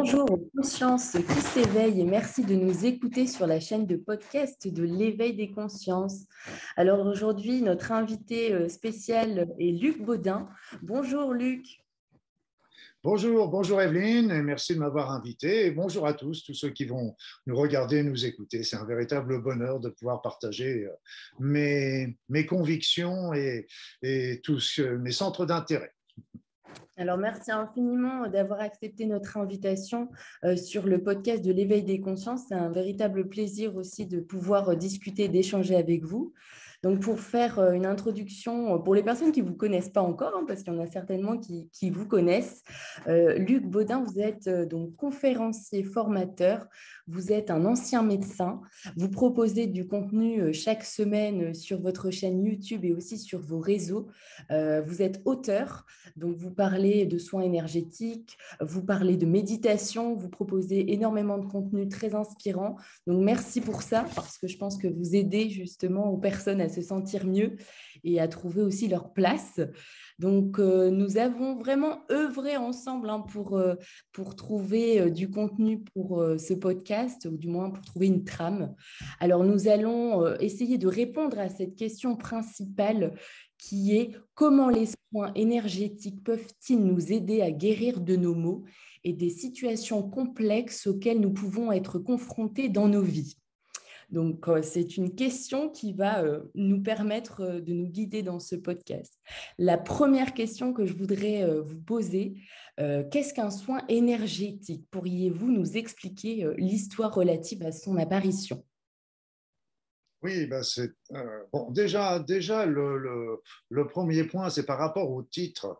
Bonjour aux consciences qui s'éveillent et merci de nous écouter sur la chaîne de podcast de l'éveil des consciences. Alors aujourd'hui, notre invité spécial est Luc Baudin. Bonjour Luc. Bonjour Evelyne, et merci de m'avoir invité. Et bonjour à tous ceux qui vont nous regarder, nous écouter. C'est un véritable bonheur de pouvoir partager mes convictions et tous mes centres d'intérêt. Alors, merci infiniment d'avoir accepté notre invitation sur le podcast de l'éveil des consciences. C'est un véritable plaisir aussi de pouvoir discuter, d'échanger avec vous. Donc, pour faire une introduction, pour les personnes qui ne vous connaissent pas encore, parce qu'il y en a certainement qui vous connaissent, Luc Baudin, vous êtes donc conférencier formateur, vous êtes un ancien médecin, vous proposez du contenu chaque semaine sur votre chaîne YouTube et aussi sur vos réseaux. Vous êtes auteur, donc vous parlez de soins énergétiques, vous parlez de méditation, vous proposez énormément de contenu très inspirant. Donc merci pour ça, parce que je pense que vous aidez justement aux personnes à se sentir mieux et à trouver aussi leur place. Donc nous avons vraiment œuvré ensemble pour trouver du contenu pour ce podcast, ou du moins pour trouver une trame. Alors nous allons essayer de répondre à cette question principale qui est comment les soins énergétiques peuvent-ils nous aider à guérir de nos maux et des situations complexes auxquelles nous pouvons être confrontés dans nos vies. Donc, c'est une question qui va nous permettre de nous guider dans ce podcast. La première question que je voudrais vous poser, qu'est-ce qu'un soin énergétique? Pourriez-vous nous expliquer l'histoire relative à son apparition? Oui, bon. Déjà le premier point, c'est par rapport au titre.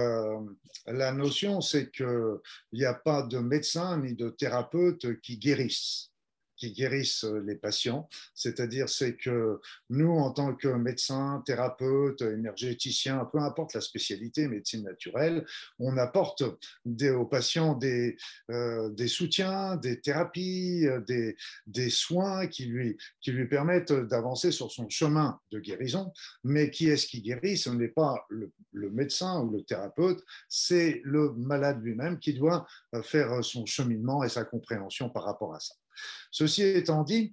La notion, c'est qu'il n'y a pas de médecin ni de thérapeute qui guérissent les patients. C'est-à-dire, c'est que nous, en tant que médecins, thérapeutes, énergéticiens, peu importe la spécialité, médecine naturelle, on apporte aux patients des soutiens, des thérapies, des soins qui lui permettent d'avancer sur son chemin de guérison. Mais qui est-ce qui guérit? Ce n'est pas le médecin ou le thérapeute, c'est le malade lui-même qui doit faire son cheminement et sa compréhension par rapport à ça. Ceci étant dit,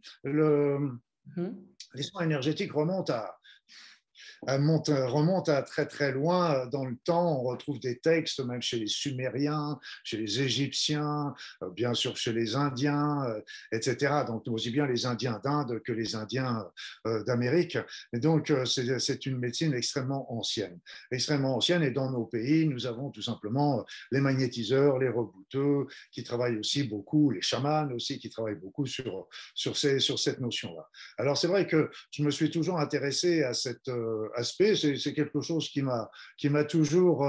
les soins énergétiques remontent à très très loin dans le temps. On retrouve des textes même chez les Sumériens, chez les Égyptiens, bien sûr chez les Indiens, etc. Donc aussi bien les Indiens d'Inde que les Indiens d'Amérique. Et donc c'est une médecine extrêmement ancienne. Et dans nos pays, nous avons tout simplement les magnétiseurs, les rebouteux qui travaillent aussi beaucoup, les chamans aussi qui travaillent beaucoup sur cette notion-là. Alors c'est vrai que je me suis toujours intéressé à cet aspect. C'est quelque chose qui m'a toujours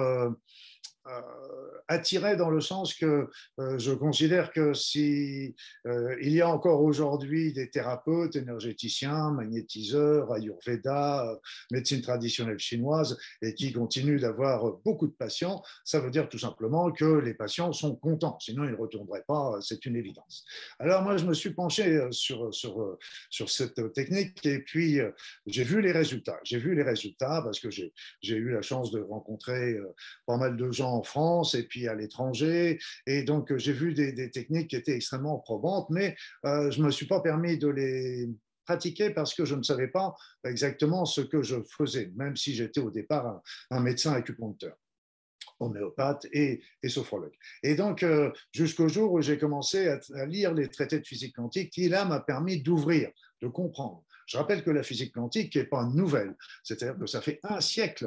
attiré dans le sens que je considère que si il y a encore aujourd'hui des thérapeutes, énergéticiens, magnétiseurs, ayurveda, médecine traditionnelle chinoise et qui continuent d'avoir beaucoup de patients, ça veut dire tout simplement que les patients sont contents, sinon ils ne retourneraient pas, c'est une évidence. Alors moi je me suis penché sur cette technique et puis j'ai vu les résultats parce que j'ai eu la chance de rencontrer pas mal de gens en France et puis à l'étranger. Et donc, j'ai vu des techniques qui étaient extrêmement probantes, mais je ne me suis pas permis de les pratiquer parce que je ne savais pas exactement ce que je faisais, même si j'étais au départ un médecin acupuncteur, homéopathe et sophrologue. Et donc, jusqu'au jour où j'ai commencé à lire les traités de physique quantique qui, là, m'a permis d'ouvrir, de comprendre. Je rappelle que la physique quantique n'est pas nouvelle, c'est-à-dire que ça fait un siècle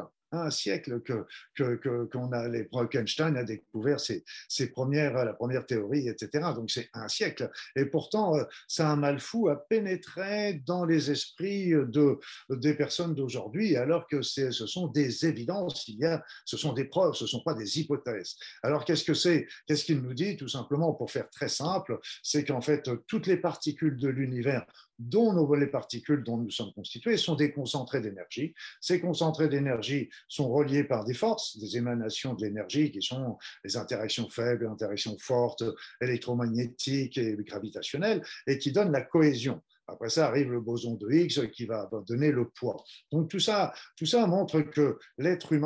qu'on a, Einstein a découvert la première théorie, etc. Donc c'est un siècle. Et pourtant, ça a un mal fou à pénétrer dans les esprits des personnes d'aujourd'hui, alors que ce sont des évidences, ce sont des preuves, ce ne sont pas des hypothèses. Alors qu'est-ce qu'il nous dit? Tout simplement, pour faire très simple, c'est qu'en fait, toutes les particules de l'univers, dont les particules dont nous sommes constitués, sont des concentrés d'énergie. Ces concentrés d'énergie sont reliés par des forces, des émanations de l'énergie qui sont les interactions faibles, les interactions fortes, électromagnétiques et gravitationnelles, et qui donnent la cohésion. Après ça arrive le boson de Higgs qui va donner le poids. Donc tout ça montre que l'être humain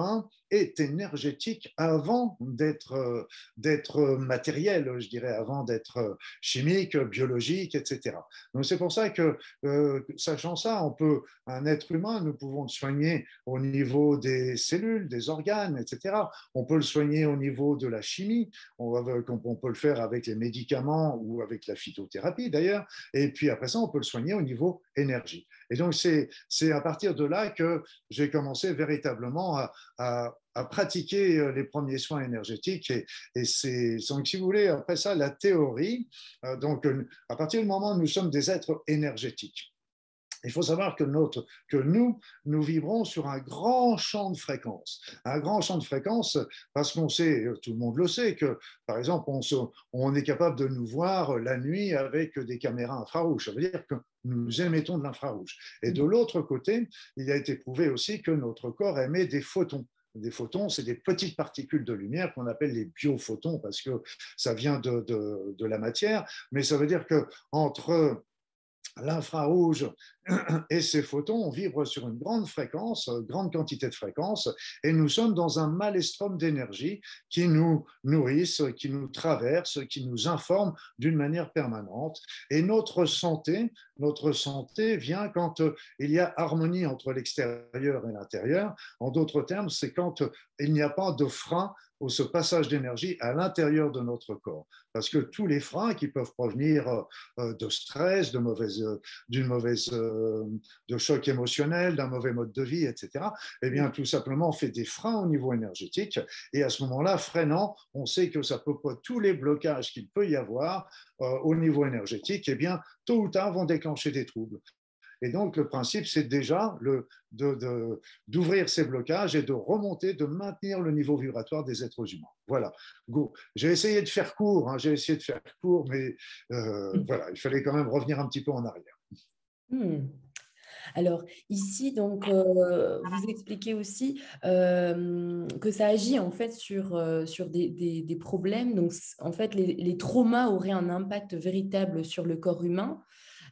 est énergétique avant d'être matériel, je dirais, avant d'être chimique, biologique, etc. Donc c'est pour ça que, sachant ça, un être humain, nous pouvons le soigner au niveau des cellules, des organes, etc. On peut le soigner au niveau de la chimie, on peut le faire avec les médicaments ou avec la phytothérapie d'ailleurs, et puis après ça, on peut le soigner au niveau énergie. Et donc c'est à partir de là que j'ai commencé véritablement à pratiquer les premiers soins énergétiques. Et c'est donc, si vous voulez, après ça, la théorie, donc à partir du moment où nous sommes des êtres énergétiques, il faut savoir que nous vibrons sur un grand champ de fréquences. Un grand champ de fréquences parce qu'on sait, tout le monde le sait, que par exemple, on est capable de nous voir la nuit avec des caméras infrarouges. Ça veut dire que nous émettons de l'infrarouge. Et de l'autre côté, il a été prouvé aussi que notre corps émet des photons. Des photons, c'est des petites particules de lumière qu'on appelle les biophotons parce que ça vient de la matière, mais ça veut dire que entre l'infrarouge et ces photons, on vibre sur une grande fréquence, grande quantité de fréquences, et nous sommes dans un maelstrom d'énergie qui nous nourrissent, qui nous traverse, qui nous informe d'une manière permanente. Et notre santé vient quand il y a harmonie entre l'extérieur et l'intérieur. En d'autres termes, c'est quand il n'y a pas de frein au ce passage d'énergie à l'intérieur de notre corps. Parce que tous les freins qui peuvent provenir de stress, de choc émotionnel, d'un mauvais mode de vie, etc., eh bien, tout simplement, on fait des freins au niveau énergétique. Et à ce moment-là, freinant, on sait que ça peut pas, tous les blocages qu'il peut y avoir au niveau énergétique, eh bien, tôt ou tard, vont déclencher des troubles. Et donc, le principe, c'est déjà d'ouvrir ces blocages et de remonter, de maintenir le niveau vibratoire des êtres humains. Voilà. Go. J'ai essayé de faire court, mais voilà, il fallait quand même revenir un petit peu en arrière. Alors ici, donc, vous expliquez aussi que ça agit en fait sur des problèmes. Donc, en fait, les traumas auraient un impact véritable sur le corps humain.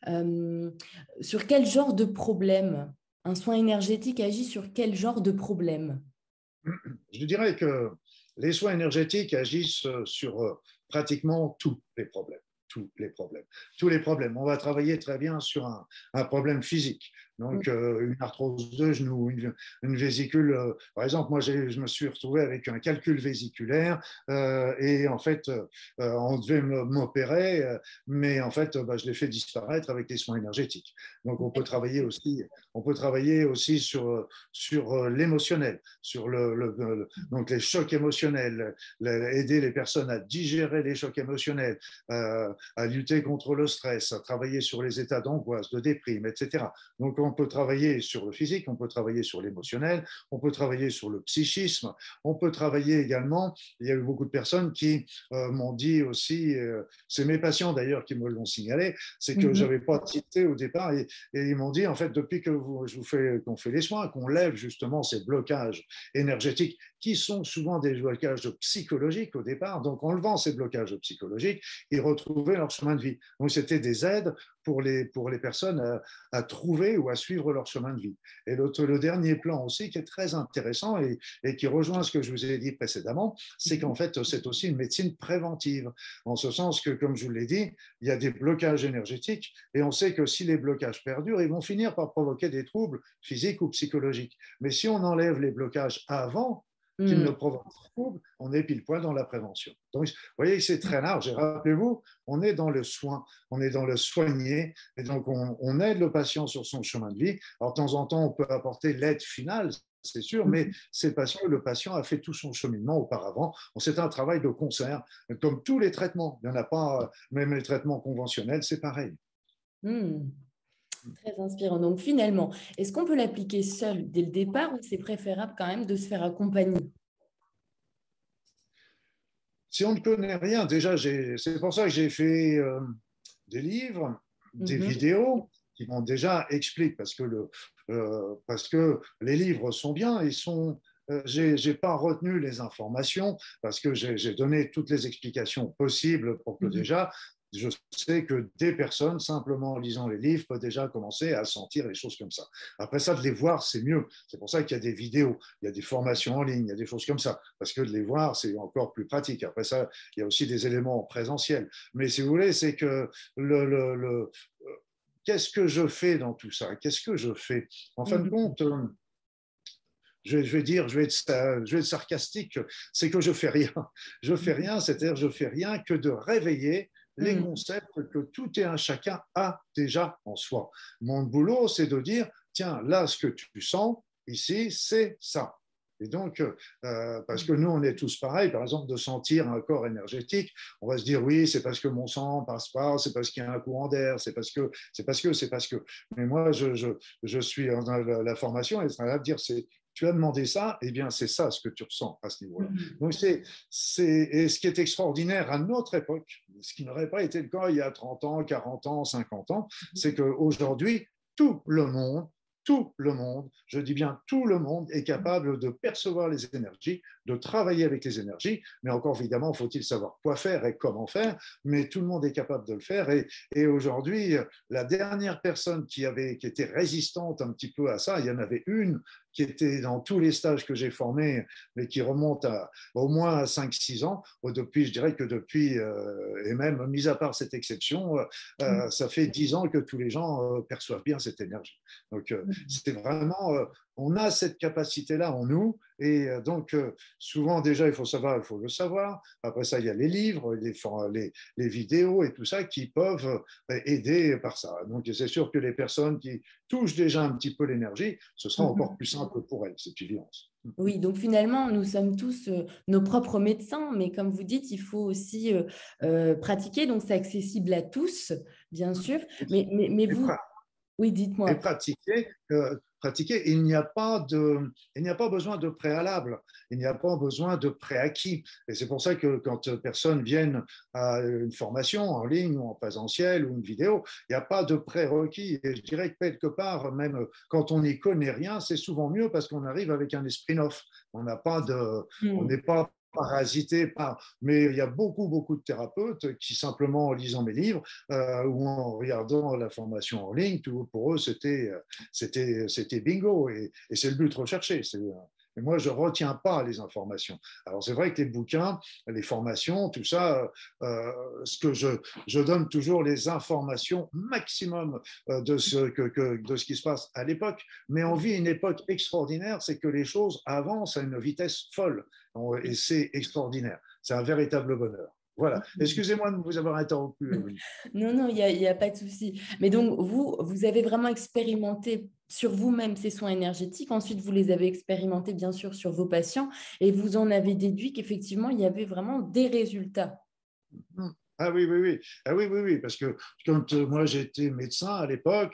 Sur quel genre de problème? Un soin énergétique agit sur quel genre de problème? Je dirais que les soins énergétiques agissent sur pratiquement tous les problèmes. Tous les problèmes. Tous les problèmes. On va travailler très bien sur un problème physique. Donc, une arthrose de genou, une vésicule. Par exemple, moi, je me suis retrouvé avec un calcul vésiculaire et en fait, on devait m'opérer, mais en fait, je l'ai fait disparaître avec les soins énergétiques. Donc, on peut travailler aussi sur l'émotionnel, sur donc les chocs émotionnels, aider les personnes à digérer les chocs émotionnels, à lutter contre le stress, à travailler sur les états d'angoisse, de déprime, etc. Donc, on peut travailler sur le physique, on peut travailler sur l'émotionnel, on peut travailler sur le psychisme, on peut travailler également, il y a eu beaucoup de personnes qui m'ont dit aussi, c'est mes patients d'ailleurs qui me l'ont signalé, c'est que je n'avais pas cité au départ et ils m'ont dit, en fait, depuis qu'on fait les soins, qu'on lève justement ces blocages énergétiques qui sont souvent des blocages psychologiques au départ, donc en levant ces blocages psychologiques, ils retrouvaient leur chemin de vie. Donc c'était des aides pour les personnes à trouver ou à suivre leur chemin de vie. Et le dernier plan aussi qui est très intéressant et qui rejoint ce que je vous ai dit précédemment, c'est qu'en fait, c'est aussi une médecine préventive, en ce sens que, comme je vous l'ai dit, il y a des blocages énergétiques et on sait que si les blocages perdurent, ils vont finir par provoquer des troubles physiques ou psychologiques. Mais si on enlève les blocages avant qu'ils ne provoquent pas de troubles, on est pile poil dans la prévention. Donc, vous voyez que c'est très large. Et rappelez-vous, on est dans le soin, on est dans le soigner, et donc on aide le patient sur son chemin de vie. Alors, de temps en temps, on peut apporter l'aide finale, c'est sûr, mais c'est parce que le patient a fait tout son cheminement auparavant. C'est un travail de concert, comme tous les traitements. Il n'y en a pas, même les traitements conventionnels, c'est pareil. Très inspirant. Donc finalement, est-ce qu'on peut l'appliquer seul dès le départ ou c'est préférable quand même de se faire accompagner? Si on ne connaît rien, déjà, c'est pour ça que j'ai fait des livres, des vidéos qui vont déjà expliquer, parce que les livres sont bien, j'ai pas retenu les informations parce que j'ai donné toutes les explications possibles pour que déjà je sais que des personnes, simplement en lisant les livres, peuvent déjà commencer à sentir les choses comme ça. Après ça, de les voir, c'est mieux. C'est pour ça qu'il y a des vidéos, il y a des formations en ligne, il y a des choses comme ça, parce que de les voir, c'est encore plus pratique. Après ça, il y a aussi des éléments présentiels. Mais si vous voulez, c'est que qu'est-ce que je fais dans tout ça? Qu'est-ce que je fais? En fin de compte, je vais être sarcastique, c'est que je fais rien. Je fais rien, c'est-à-dire je fais rien que de réveiller les concepts que tout et un chacun a déjà en soi. Mon boulot, c'est de dire, tiens, là, ce que tu sens ici, c'est ça. Et donc, parce que nous, on est tous pareils, par exemple, de sentir un corps énergétique, on va se dire, oui, c'est parce que mon sang passe pas, c'est parce qu'il y a un courant d'air, c'est parce que, c'est parce que, c'est parce que. Mais moi, je suis dans la formation et c'est là de dire, tu as demandé ça, eh bien, c'est ça ce que tu ressens à ce niveau-là. Donc, et ce qui est extraordinaire à notre époque, ce qui n'aurait pas été le cas il y a 30 ans, 40 ans, 50 ans, c'est qu'aujourd'hui, tout le monde, je dis bien tout le monde, est capable de percevoir les énergies, de travailler avec les énergies, mais encore évidemment, faut-il savoir quoi faire et comment faire, mais tout le monde est capable de le faire. Et aujourd'hui, la dernière personne qui était résistante un petit peu à ça, il y en avait une qui était dans tous les stages que j'ai formés, mais qui remonte au moins à 5-6 ans. Je dirais que depuis, et même mis à part cette exception, ça fait 10 ans que tous les gens perçoivent bien cette énergie. Donc, c'est vraiment, on a cette capacité-là en nous, et donc souvent déjà, il faut le savoir. Après ça, il y a les livres, les vidéos et tout ça qui peuvent aider par ça. Donc, c'est sûr que les personnes qui touchent déjà un petit peu l'énergie, ce sera encore plus simple pour elles, cette évidence. Oui, donc finalement, nous sommes tous nos propres médecins, mais comme vous dites, il faut aussi pratiquer, donc c'est accessible à tous, bien sûr. Mais vous, oui, Et dites-moi. pratiquer, il n'y a pas besoin de préalable, il n'y a pas besoin de préacquis. Et c'est pour ça que quand personne vient à une formation en ligne ou en présentiel ou une vidéo, il n'y a pas de prérequis. Et je dirais que quelque part, même quand on n'y connaît rien, c'est souvent mieux parce qu'on arrive avec un esprit neuf. On n'est pas parasité par. Mais il y a beaucoup de thérapeutes qui, simplement en lisant mes livres ou en regardant la formation en ligne, pour eux, c'était bingo. Et c'est le but recherché. Et moi, je ne retiens pas les informations. Alors, c'est vrai que les bouquins, les formations, tout ça, ce que je donne toujours les informations maximum de ce qui se passe à l'époque. Mais on vit une époque extraordinaire, c'est que les choses avancent à une vitesse folle. Et c'est extraordinaire. C'est un véritable bonheur. Voilà. Excusez-moi de vous avoir interrompu. Non, il y a pas de souci. Mais donc, vous avez vraiment expérimenté sur vous-même ces soins énergétiques. Ensuite, vous les avez expérimentés, bien sûr, sur vos patients et vous en avez déduit qu'effectivement, il y avait vraiment des résultats. Ah oui, oui, oui. Ah oui, oui, oui, parce que quand moi j'étais médecin à l'époque,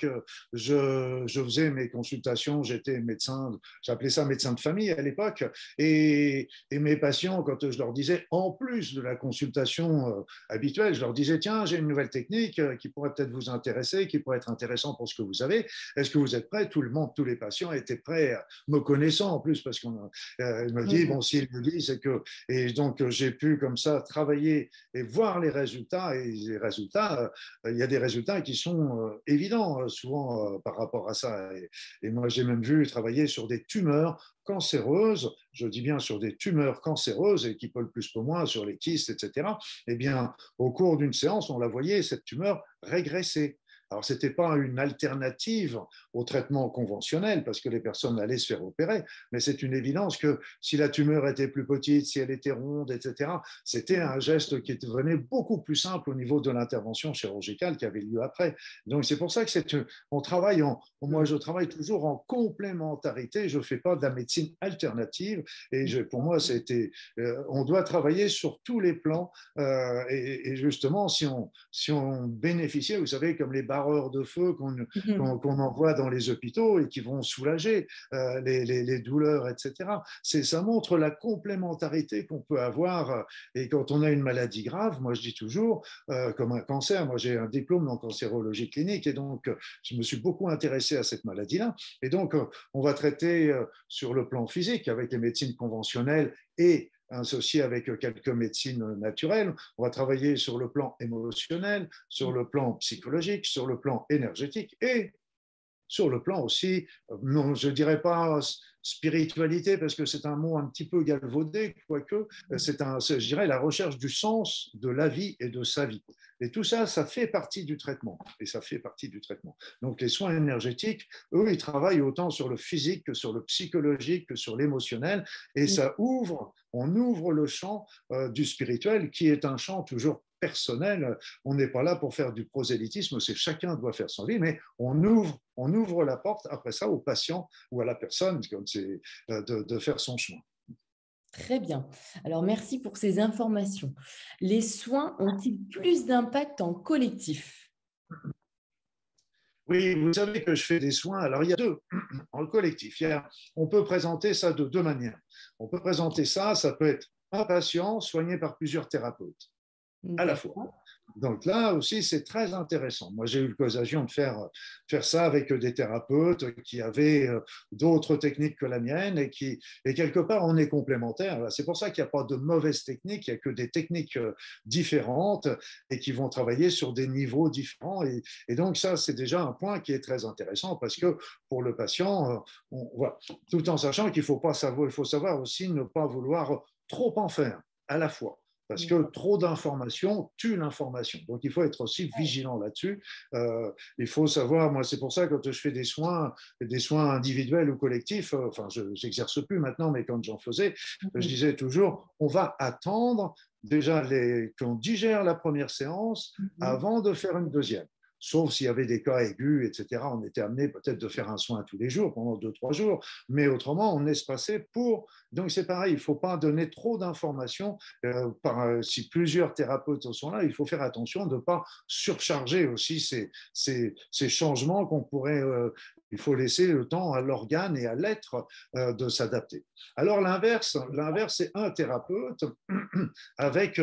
je faisais mes consultations, j'étais médecin, j'appelais ça médecin de famille à l'époque, et mes patients, quand je leur disais, en plus de la consultation habituelle, je leur disais, tiens, j'ai une nouvelle technique qui pourrait peut-être vous intéresser, qui pourrait être intéressant pour ce que vous avez, est-ce que vous êtes prêts? Tout le monde, tous les patients étaient prêts, me connaissant en plus, parce qu'on me dit, bon, s'il me dit, c'est que, et donc j'ai pu comme ça travailler et voir les résultats. Et les résultats, il y a des résultats qui sont évidents souvent par rapport à ça. Et moi, j'ai même vu travailler sur des tumeurs cancéreuses, je dis bien sur des tumeurs cancéreuses et qui peuvent plus que moins sur les kystes, etc. Eh bien, au cours d'une séance, on la voyait, cette tumeur régresser. Alors, ce n'était pas une alternative au traitement conventionnel parce que les personnes allaient se faire opérer, mais c'est une évidence que si la tumeur était plus petite, si elle était ronde, etc., c'était un geste qui devenait beaucoup plus simple au niveau de l'intervention chirurgicale qui avait lieu après. Donc, c'est pour ça que moi, je travaille toujours en complémentarité, je ne fais pas de la médecine alternative et pour moi, on doit travailler sur tous les plans et justement, si on bénéficiait, vous savez, comme les barreurs de feu qu'on envoie dans les hôpitaux et qui vont soulager les douleurs, etc. Ça montre la complémentarité qu'on peut avoir. Et quand on a une maladie grave, moi je dis toujours, comme un cancer, moi j'ai un diplôme en cancérologie clinique et donc je me suis beaucoup intéressé à cette maladie-là. Et donc on va traiter sur le plan physique avec les médecines conventionnelles et associé avec quelques médecines naturelles. On va travailler sur le plan émotionnel, sur le plan psychologique, sur le plan énergétique et sur le plan aussi, non, je ne dirais pas spiritualité, parce que c'est un mot un petit peu galvaudé, quoique je dirais la recherche du sens de la vie et de sa vie. Et tout ça, ça fait partie du traitement. Et ça fait partie du traitement. Donc les soins énergétiques, eux, ils travaillent autant sur le physique que sur le psychologique, que sur l'émotionnel. Et ça on ouvre le champ du spirituel, qui est un champ toujours personnel. On n'est pas là pour faire du prosélytisme, c'est chacun doit faire son lit, mais on ouvre la porte après ça au patient ou à la personne de faire son chemin. Très bien. Alors, merci pour ces informations. Les soins ont-ils plus d'impact en collectif? Oui, vous savez que je fais des soins. Alors, il y a deux en collectif. On peut présenter ça de deux manières. On peut présenter ça peut être un patient soigné par plusieurs thérapeutes à la fois. Donc là aussi, c'est très intéressant. Moi, j'ai eu l'occasion de faire ça avec des thérapeutes qui avaient d'autres techniques que la mienne et quelque part, on est complémentaires. C'est pour ça qu'il n'y a pas de mauvaise technique, il n'y a que des techniques différentes et qui vont travailler sur des niveaux différents. Et donc ça, c'est déjà un point qui est très intéressant parce que pour le patient, voilà, tout en sachant qu'il faut savoir aussi ne pas vouloir trop en faire à la fois. Parce que trop d'informations tue l'information. Donc, il faut être aussi vigilant là-dessus. Il faut savoir, moi, c'est pour ça que quand je fais des soins individuels ou collectifs, enfin, je n'exerce plus maintenant, mais quand j'en faisais, je disais toujours, on va attendre déjà qu'on digère la première séance avant de faire une deuxième. Sauf s'il y avait des cas aigus, etc. On était amené peut-être de faire un soin tous les jours, pendant 2-3 jours, mais autrement, on espaçait pour... Donc, c'est pareil, il ne faut pas donner trop d'informations. Si plusieurs thérapeutes sont là, il faut faire attention de ne pas surcharger aussi ces changements qu'on pourrait... il faut laisser le temps à l'organe et à l'être de s'adapter. Alors, l'inverse, c'est un thérapeute avec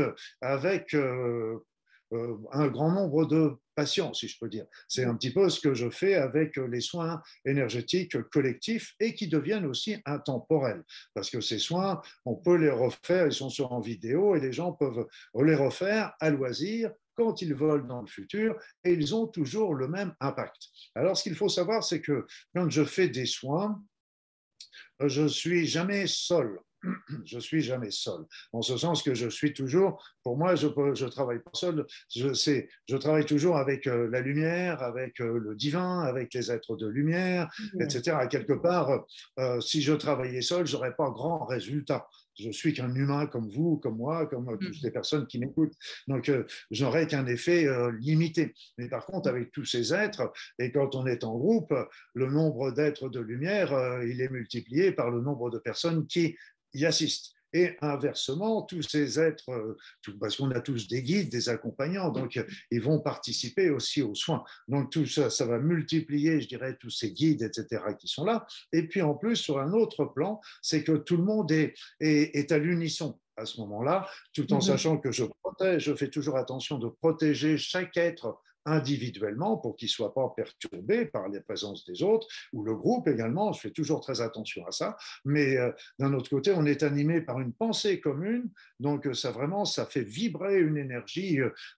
un grand nombre de patients, si je peux dire. C'est un petit peu ce que je fais avec les soins énergétiques collectifs et qui deviennent aussi intemporels. Parce que ces soins, on peut les refaire, ils sont en vidéo et les gens peuvent les refaire à loisir quand ils veulent dans le futur et ils ont toujours le même impact. Alors, ce qu'il faut savoir, c'est que quand je fais des soins, je ne suis jamais seul. Je suis jamais seul. En ce sens que je suis toujours, pour moi, je travaille pas seul. Je travaille toujours avec la lumière, avec le divin, avec les êtres de lumière, etc. Quelque part, si je travaillais seul, j'aurais pas grand résultat. Je suis qu'un humain comme vous, comme moi, comme toutes les personnes qui m'écoutent. Donc, je n'aurais qu'un effet limité. Mais par contre, avec tous ces êtres, et quand on est en groupe, le nombre d'êtres de lumière, il est multiplié par le nombre de personnes qui y assistent. Et inversement, tous ces êtres, parce qu'on a tous des guides, des accompagnants, donc ils vont participer aussi aux soins. Donc tout ça, ça va multiplier, je dirais, tous ces guides, etc., qui sont là. Et puis en plus, sur un autre plan, c'est que tout le monde est à l'unisson à ce moment-là, tout en sachant que je fais toujours attention de protéger chaque être individuellement pour qu'il ne soit pas perturbé par les présences des autres, ou le groupe également, je fais toujours très attention à ça, mais d'un autre côté, on est animé par une pensée commune, donc ça fait vibrer une énergie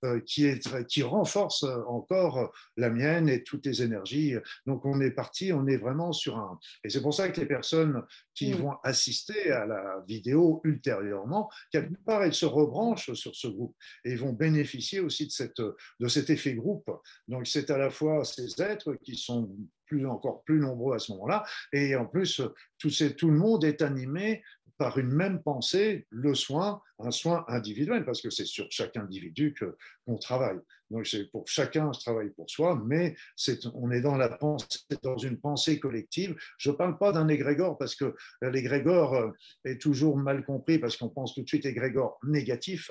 qui renforce encore la mienne et toutes les énergies, donc on est vraiment sur un... Et c'est pour ça que les personnes qui vont assister à la vidéo ultérieurement, quelque part, elles se rebranchent sur ce groupe et ils vont bénéficier aussi de cet effet groupe. Donc, c'est à la fois ces êtres qui sont encore plus nombreux à ce moment-là, et en plus, tout le monde est animé par une même pensée, un soin individuel, parce que c'est sur chaque individu qu'on travaille. Donc, c'est pour chacun, je travaille pour soi, mais on est dans une pensée collective. Je ne parle pas d'un égrégore, parce que l'égrégore est toujours mal compris, parce qu'on pense tout de suite égrégore négatif.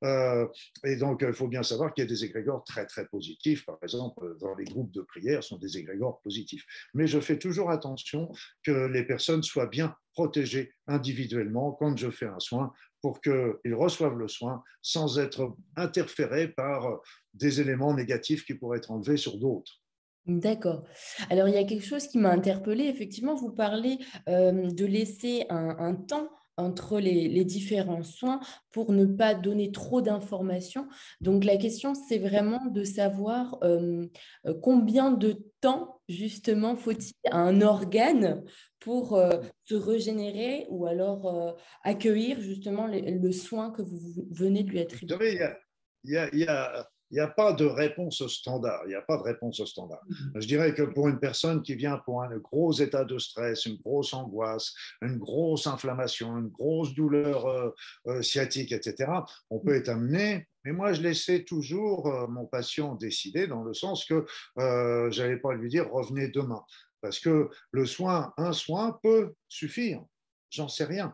Et donc, il faut bien savoir qu'il y a des égrégores très, très positifs. Par exemple, dans les groupes de prière, sont des égrégores positifs. Mais je fais toujours attention que les personnes soient bien protégées individuellement quand je fais un soin pour qu'ils reçoivent le soin sans être interférés par des éléments négatifs qui pourraient être enlevés sur d'autres. D'accord. Alors, il y a quelque chose qui m'a interpellée. Effectivement, vous parlez de laisser un temps entre les différents soins pour ne pas donner trop d'informations. Donc, la question, c'est vraiment de savoir combien de temps, justement, faut-il à un organe pour se régénérer ou alors accueillir, justement, le soin que vous venez de lui Vous attribuer. savez, il y a, il y a- il y a pas de réponse standard. Il n'y a pas de réponse standard. Je dirais que pour une personne qui vient pour un gros état de stress, une grosse angoisse, une grosse inflammation, une grosse douleur sciatique, etc., on peut être amené. Mais moi, je laissais toujours mon patient décider dans le sens que je n'allais pas lui dire revenez demain. Parce que un soin peut suffire. J'en sais rien.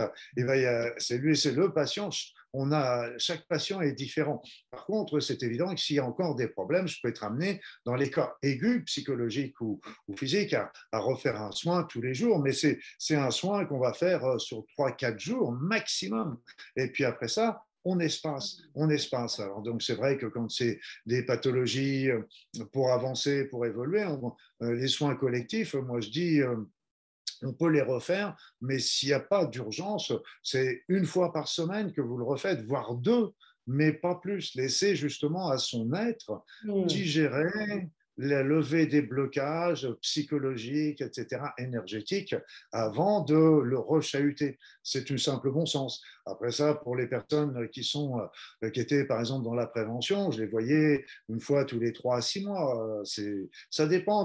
C'est lui, c'est le patient. Chaque patient est différent. Par contre, c'est évident que s'il y a encore des problèmes, je peux être amené dans les cas aigus, psychologiques ou physiques, à refaire un soin tous les jours. Mais c'est un soin qu'on va faire sur 3, 4 jours maximum. Et puis après ça, on espace, on espace. Alors, donc, c'est vrai que quand c'est des pathologies pour avancer, pour évoluer, les soins collectifs, moi je dis, on peut les refaire, mais s'il n'y a pas d'urgence, c'est une fois par semaine que vous le refaites, voire deux, mais pas plus. Laissez justement à son être digérer, lever des blocages psychologiques, etc., énergétiques, avant de le rechahuter. C'est tout simple bon sens. Après ça, pour les personnes qui étaient par exemple dans la prévention, je les voyais une fois tous les 3 à 6 mois. Ça dépend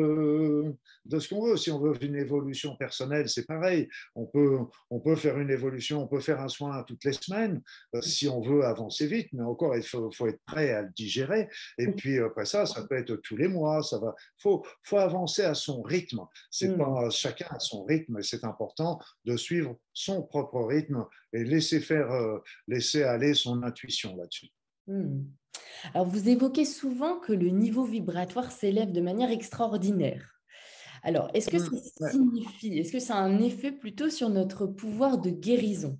de ce qu'on veut. Si on veut une évolution personnelle, c'est pareil. On peut faire une évolution, on peut faire un soin toutes les semaines si on veut avancer vite, mais encore, il faut être prêt à le digérer. Et puis après ça peut être tous les mois. Faut avancer à son rythme. C'est pas chacun à son rythme, et c'est important de suivre son propre rythme et laisser aller son intuition là-dessus. Alors, vous évoquez souvent que le niveau vibratoire s'élève de manière extraordinaire. Alors, est-ce que ça Ouais. signifie, est-ce que ça a un effet plutôt sur notre pouvoir de guérison?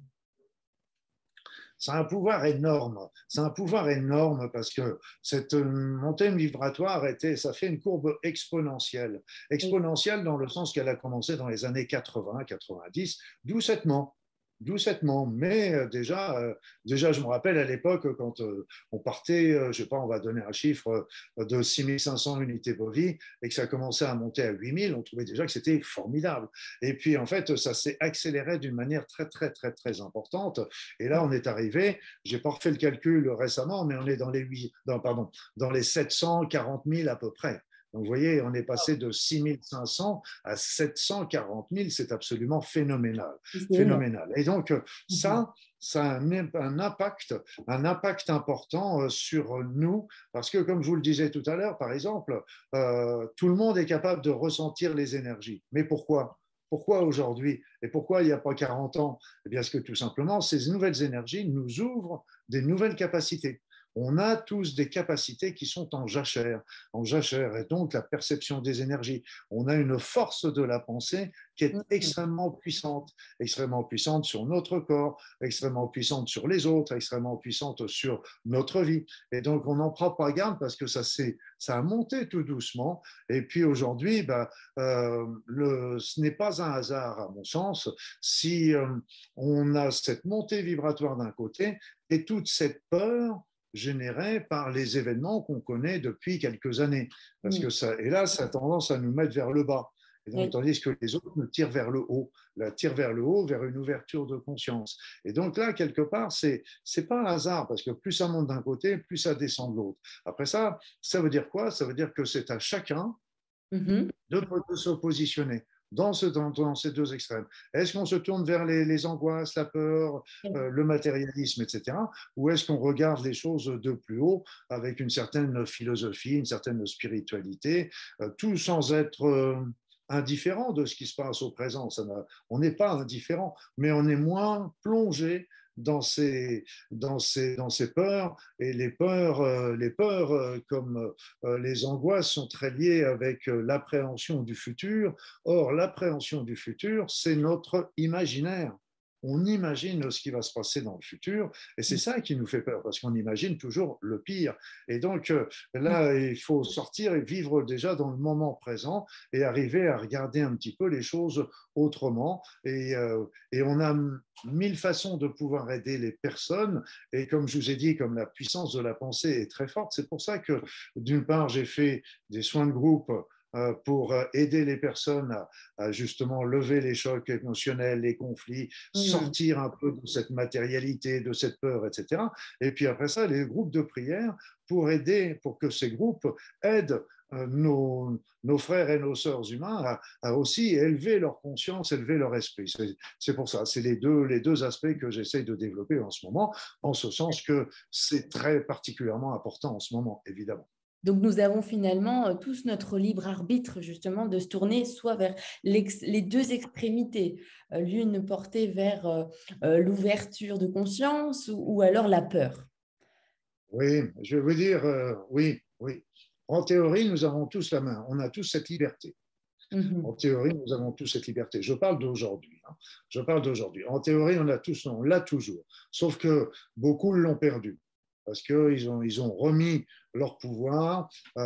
C'est un pouvoir énorme. C'est un pouvoir énorme parce que cette montée vibratoire ça fait une courbe exponentielle. Exponentielle dans le sens qu'elle a commencé dans les années 80, 90, doucettement. Doucettement, mais déjà, je me rappelle à l'époque quand on partait, je sais pas, on va donner un chiffre de 6500 unités bovies et que ça commençait à monter à 8000, on trouvait déjà que c'était formidable. Et puis en fait, ça s'est accéléré d'une manière très, très, très, très importante. Et là, on est arrivé, j'ai pas refait le calcul récemment, mais on est dans les 740 000 à peu près. Donc, vous voyez, on est passé de 6500 à 740 000, c'est absolument phénoménal. C'est énorme. Phénoménal. Et donc, ça a un impact important sur nous, parce que, comme je vous le disais tout à l'heure, par exemple, tout le monde est capable de ressentir les énergies. Mais pourquoi? Pourquoi aujourd'hui? Et pourquoi il n'y a pas 40 ans? Eh bien, parce que tout simplement, ces nouvelles énergies nous ouvrent des nouvelles capacités. On a tous des capacités qui sont en jachère, et donc la perception des énergies. On a une force de la pensée qui est extrêmement puissante sur notre corps, extrêmement puissante sur les autres, extrêmement puissante sur notre vie. Et donc, on n'en prend pas garde parce que ça a monté tout doucement. Et puis aujourd'hui, ce n'est pas un hasard, à mon sens, si on a cette montée vibratoire d'un côté et toute cette peur générée par les événements qu'on connaît depuis quelques années. Parce que et là, ça a tendance à nous mettre vers le bas. Et donc, Oui. tandis que les autres nous tirent vers le haut, vers une ouverture de conscience. Et donc là, quelque part, c'est pas un hasard, parce que plus ça monte d'un côté, plus ça descend de l'autre. Après ça veut dire quoi? Ça veut dire que c'est à chacun de se positionner dans ces deux extrêmes. Est-ce qu'on se tourne vers les angoisses, la peur, le matérialisme, etc. Ou est-ce qu'on regarde les choses de plus haut avec une certaine philosophie, une certaine spiritualité, tout sans être indifférent de ce qui se passe au présent? On n'est pas indifférent, mais on est moins plongé dans ces peurs. Et les peurs comme les angoisses sont très liées avec l'appréhension du futur. Or, l'appréhension du futur, c'est notre imaginaire. on imagine ce qui va se passer dans le futur. Et c'est ça qui nous fait peur, parce qu'on imagine toujours le pire. Et donc là, il faut sortir et vivre déjà dans le moment présent et arriver à regarder un petit peu les choses autrement. Et on a mille façons de pouvoir aider les personnes. Et comme je vous ai dit, comme la puissance de la pensée est très forte, c'est pour ça que d'une part, j'ai fait des soins de groupe pour aider les personnes à justement lever les chocs émotionnels, les conflits, sortir un peu de cette matérialité, de cette peur, etc. Et puis après ça, les groupes de prière pour aider, pour que ces groupes aident nos frères et nos sœurs humains à aussi élever leur conscience, élever leur esprit. C'est pour ça, c'est les deux aspects que j'essaye de développer en ce moment, en ce sens que c'est très particulièrement important en ce moment, évidemment. Donc, nous avons finalement tous notre libre arbitre, justement, de se tourner soit vers les deux extrémités, l'une portée vers l'ouverture de conscience ou alors la peur. Oui, je veux dire, oui, oui. En théorie, nous avons tous la main, on a tous cette liberté. En théorie, nous avons tous cette liberté. Je parle d'aujourd'hui. Hein. Je parle d'aujourd'hui. En théorie, on l'a toujours. Sauf que beaucoup l'ont perdu parce qu'ils ont remis leur pouvoir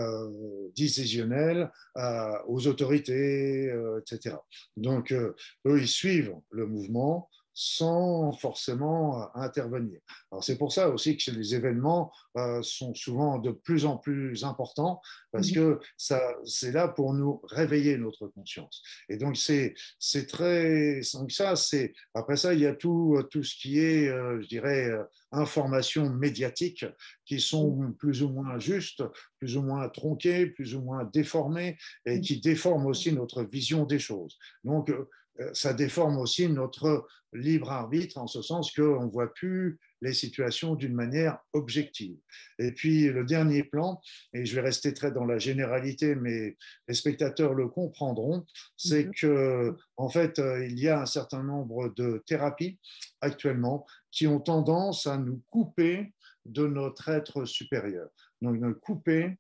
décisionnel aux autorités, etc. Donc, eux, ils suivent le mouvement sans forcément intervenir. Alors c'est pour ça aussi que les événements sont souvent de plus en plus importants parce que c'est là pour nous réveiller notre conscience. Et donc c'est très donc ça c'est après ça il y a tout ce qui est je dirais informations médiatiques qui sont plus ou moins justes, plus ou moins tronquées, plus ou moins déformées et qui déforment aussi notre vision des choses. Donc ça déforme aussi notre libre arbitre en ce sens qu'on ne voit plus les situations d'une manière objective. Et puis le dernier plan, et je vais rester très dans la généralité, mais les spectateurs le comprendront, c'est que en fait il y a un certain nombre de thérapies actuellement qui ont tendance à nous couper de notre être supérieur, donc nous couper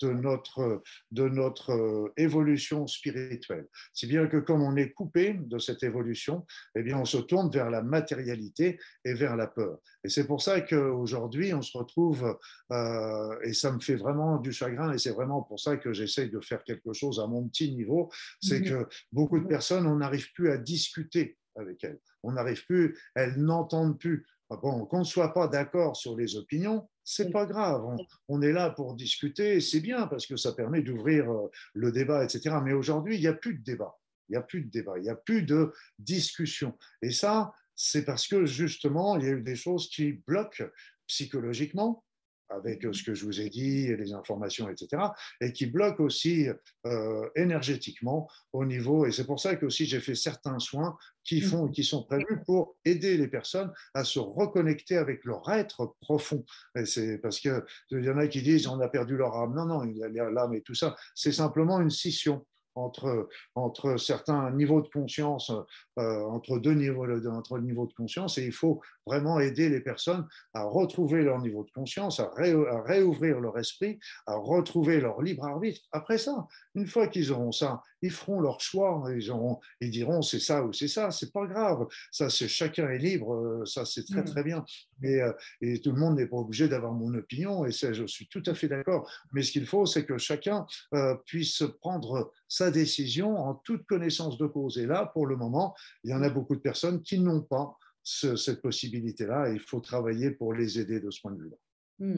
de notre évolution spirituelle. Si bien que comme on est coupé de cette évolution, eh bien on se tourne vers la matérialité et vers la peur. Et c'est pour ça qu'aujourd'hui, on se retrouve, et ça me fait vraiment du chagrin, et c'est vraiment pour ça que j'essaye de faire quelque chose à mon petit niveau, c'est que beaucoup de personnes, on n'arrive plus à discuter avec elles. On n'arrive plus, elles n'entendent plus. Bon, qu'on ne soit pas d'accord sur les opinions, c'est pas grave. On est là pour discuter, c'est bien parce que ça permet d'ouvrir le débat, etc. Mais aujourd'hui, il n'y a plus de débat. Il n'y a plus de débat, il n'y a plus de discussion. Et ça, c'est parce que justement, il y a eu des choses qui bloquent psychologiquement avec ce que je vous ai dit, les informations, etc., et qui bloquent aussi énergétiquement au niveau, et c'est pour ça que aussi j'ai fait certains soins qui sont prévus pour aider les personnes à se reconnecter avec leur être profond. Et c'est parce qu'il y en a qui disent on a perdu leur âme. Non, non, l'âme et tout ça, c'est simplement une scission entre certains niveaux de conscience, entre deux niveaux, entre niveaux de conscience, et il faut vraiment aider les personnes à retrouver leur niveau de conscience, à réouvrir leur esprit, à retrouver leur libre arbitre. Après ça, une fois qu'ils auront ça, ils feront leur choix, ils diront c'est ça ou c'est ça, c'est pas grave, ça c'est chacun est libre, ça c'est très très bien. Et tout le monde n'est pas obligé d'avoir mon opinion, et je suis tout à fait d'accord. Mais ce qu'il faut, c'est que chacun puisse prendre sa décision en toute connaissance de cause. Et là, pour le moment, il y en a beaucoup de personnes qui n'ont pas cette possibilité-là, et il faut travailler pour les aider de ce point de vue-là.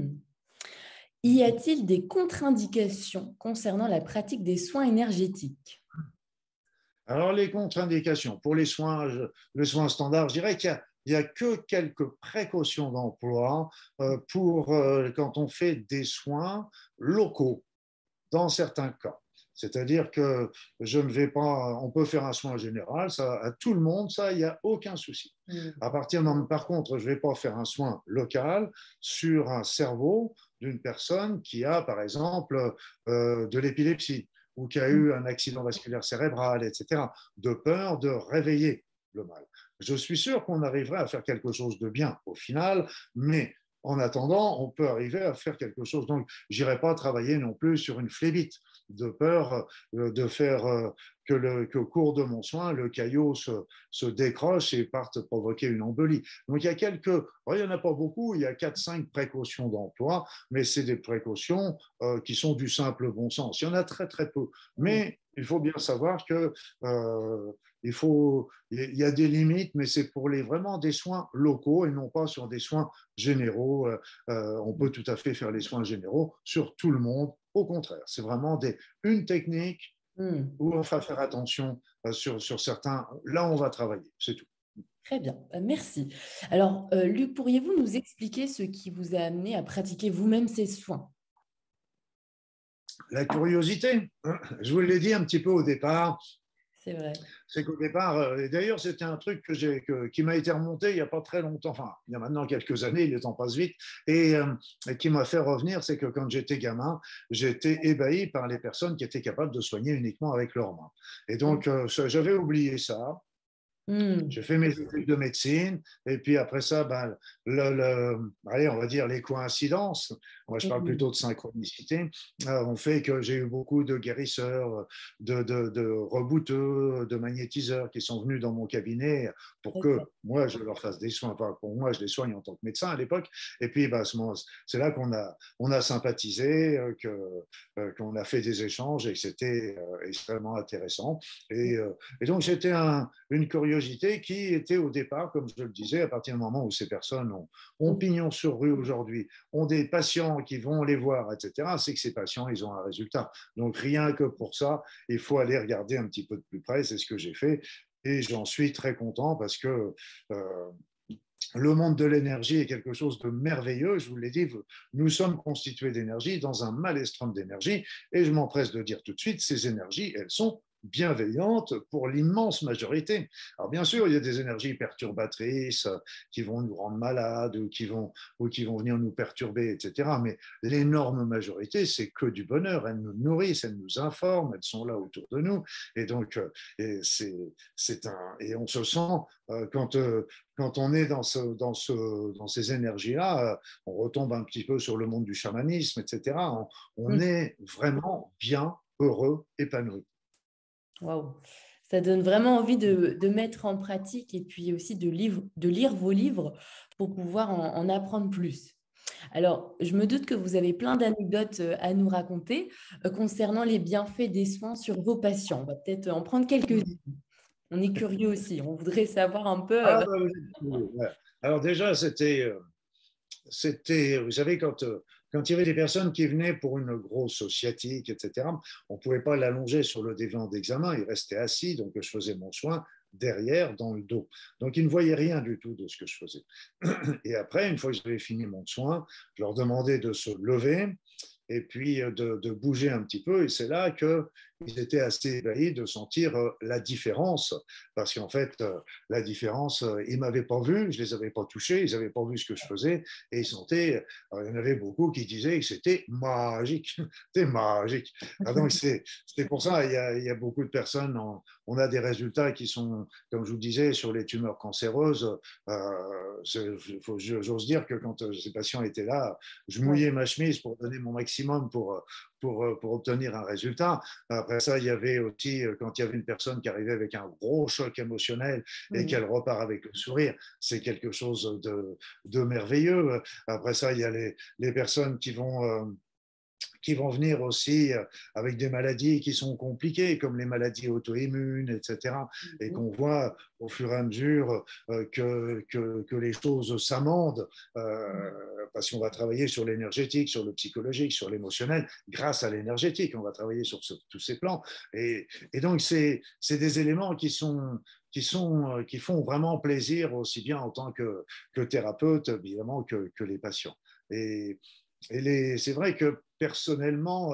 Y a-t-il des contre-indications concernant la pratique des soins énergétiques? Alors, les contre-indications, pour les soins standards, je dirais qu'il n'y a que quelques précautions d'emploi pour quand on fait des soins locaux, dans certains cas. C'est-à-dire que je ne vais pas, on peut faire un soin général, ça, à tout le monde, ça, il n'y a aucun souci. À partir de, par contre, je ne vais pas faire un soin local sur un cerveau d'une personne qui a, par exemple, de l'épilepsie ou qui a eu un accident vasculaire cérébral, etc., de peur de réveiller le mal. Je suis sûr qu'on arriverait à faire quelque chose de bien au final, mais en attendant, on peut arriver à faire quelque chose. Donc, je n'irai pas travailler non plus sur une phlébite, de peur de faire qu'au cours de mon soin, le caillot se décroche et parte provoquer une embolie. Donc, il y a il n'y en a pas beaucoup, il y a 4-5 précautions d'emploi, mais c'est des précautions qui sont du simple bon sens. Il y en a très, très peu. Mais il faut bien savoir que il y a des limites, mais c'est pour vraiment des soins locaux et non pas sur des soins généraux. On peut tout à fait faire les soins généraux sur tout le monde. Au contraire, c'est vraiment une technique où on va faire attention sur certains. Là, on va travailler, c'est tout. Très bien, merci. Alors, Luc, pourriez-vous nous expliquer ce qui vous a amené à pratiquer vous-même ces soins? La curiosité, je vous l'ai dit un petit peu au départ, C'est vrai. c'est qu'au départ, et d'ailleurs c'était un truc qui m'a été remonté il n'y a pas très longtemps, enfin il y a maintenant quelques années, le temps passe vite, et qui m'a fait revenir, c'est que quand j'étais gamin, j'étais ébahi par les personnes qui étaient capables de soigner uniquement avec leurs mains. Et donc j'avais oublié ça. J'ai fait mes études de médecine et puis après ça, ben, allez, on va dire les coïncidences, moi je parle plutôt de synchronicité, ont fait que j'ai eu beaucoup de guérisseurs, de rebouteux, de magnétiseurs qui sont venus dans mon cabinet pour que moi je leur fasse des soins. Enfin, pour moi, je les soigne en tant que médecin à l'époque. Et puis ben, c'est là on a sympathisé, qu'on a fait des échanges et que c'était extrêmement intéressant. Et donc c'était une curiosité qui était au départ, comme je le disais, à partir du moment où ces personnes ont pignon sur rue aujourd'hui, ont des patients qui vont les voir, etc., c'est que ces patients, ils ont un résultat. Donc rien que pour ça, il faut aller regarder un petit peu de plus près, c'est ce que j'ai fait. Et j'en suis très content parce que le monde de l'énergie est quelque chose de merveilleux. Je vous l'ai dit, nous sommes constitués d'énergie dans un maelstrom d'énergie. Et je m'empresse de dire tout de suite, ces énergies, elles sont bienveillantes pour l'immense majorité. Alors bien sûr, il y a des énergies perturbatrices qui vont nous rendre malades ou qui vont venir nous perturber, etc. Mais l'énorme majorité, c'est que du bonheur. Elles nous nourrissent, elles nous informent, elles sont là autour de nous. Et donc, et on se sent quand on est dans ces énergies-là, on retombe un petit peu sur le monde du chamanisme, etc. On est vraiment bien, heureux, épanoui. Waouh. Ça donne vraiment envie de mettre en pratique et puis aussi de lire vos livres pour pouvoir en apprendre plus. Alors, je me doute que vous avez plein d'anecdotes à nous raconter concernant les bienfaits des soins sur vos patients. On va peut-être en prendre quelques-unes. On est curieux aussi. On voudrait savoir un peu. Ah, ouais. Alors déjà, vous savez, quand il y avait des personnes qui venaient pour une grosse sciatique, etc., on ne pouvait pas l'allonger sur le divan d'examen, il restait assis, donc je faisais mon soin derrière, dans le dos. Donc, ils ne voyaient rien du tout de ce que je faisais. Et après, une fois que j'avais fini mon soin, je leur demandais de se lever et puis de bouger un petit peu. Et c'est là qu'ils étaient assez ébahis de sentir la différence. Parce qu'en fait, la différence, ils ne m'avaient pas vu, je ne les avais pas touchés, ils n'avaient pas vu ce que je faisais. Et ils sentaient, il y en avait beaucoup qui disaient que c'était magique. C'était magique. Donc, c'est pour ça, il y a beaucoup de personnes, on a des résultats qui sont, comme je vous disais, sur les tumeurs cancéreuses. J'ose dire que quand ces patients étaient là, je mouillais ma chemise pour donner mon maximum pour obtenir un résultat. Après ça, il y avait aussi, quand il y avait une personne qui arrivait avec un gros choc émotionnel et qu'elle repart avec le sourire, c'est quelque chose de merveilleux. Après ça, il y a les personnes qui vont venir aussi avec des maladies qui sont compliquées, comme les maladies auto-immunes, etc. Et qu'on voit au fur et à mesure que les choses s'amendent, parce qu'on va travailler sur l'énergétique, sur le psychologique, sur l'émotionnel, grâce à l'énergétique. On va travailler sur tous ces plans. Et donc, c'est des éléments qui font vraiment plaisir, aussi bien en tant que thérapeute, évidemment, que les patients. Et c'est vrai que personnellement,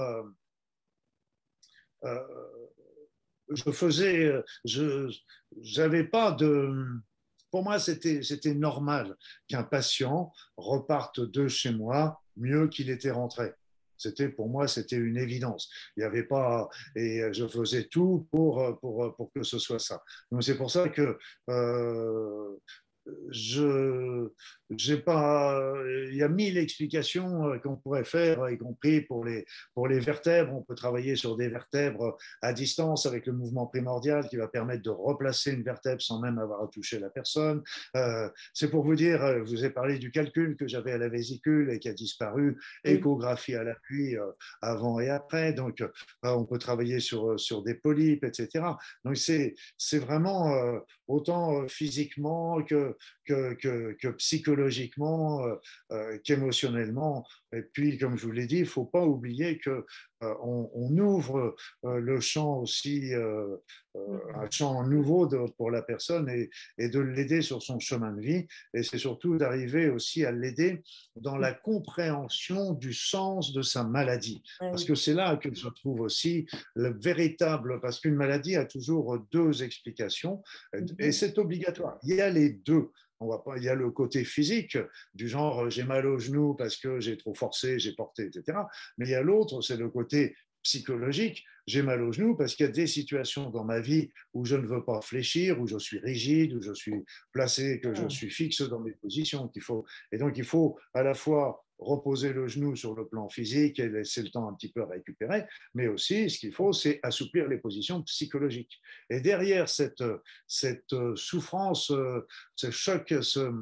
j'avais pas de. Pour moi, c'était normal qu'un patient reparte de chez moi mieux qu'il était rentré. Pour moi, c'était une évidence. Il n'y avait pas, et je faisais tout pour que ce soit ça. Donc c'est pour ça que je il y a 1000 explications qu'on pourrait faire, y compris pour les vertèbres. On peut travailler sur des vertèbres à distance avec le mouvement primordial qui va permettre de replacer une vertèbre sans même avoir à toucher la personne. C'est pour vous dire, je vous ai parlé du calcul que j'avais à la vésicule et qui a disparu, échographie à l'appui avant et après. Donc, on peut travailler sur des polypes, etc. Donc, c'est vraiment autant physiquement que psychologiquement, qu'émotionnellement. Et puis, comme je vous l'ai dit, il ne faut pas oublier qu'on ouvre le champ aussi, un champ nouveau pour la personne et de l'aider sur son chemin de vie. Et c'est surtout d'arriver aussi à l'aider dans la compréhension du sens de sa maladie. Parce que c'est là que se trouve aussi le véritable, parce qu'une maladie a toujours deux explications et c'est obligatoire. Il y a les deux. Il y a le côté physique, du genre j'ai mal au genou parce que j'ai trop forcé, j'ai porté, etc. Mais il y a l'autre, c'est le côté psychologique. J'ai mal au genou parce qu'il y a des situations dans ma vie où je ne veux pas fléchir, où je suis rigide, où je suis placé, que je suis fixe dans mes positions. Et donc, il faut à la fois reposer le genou sur le plan physique et laisser le temps un petit peu à récupérer, mais aussi, ce qu'il faut, c'est assouplir les positions psychologiques. Et derrière cette souffrance, ce choc,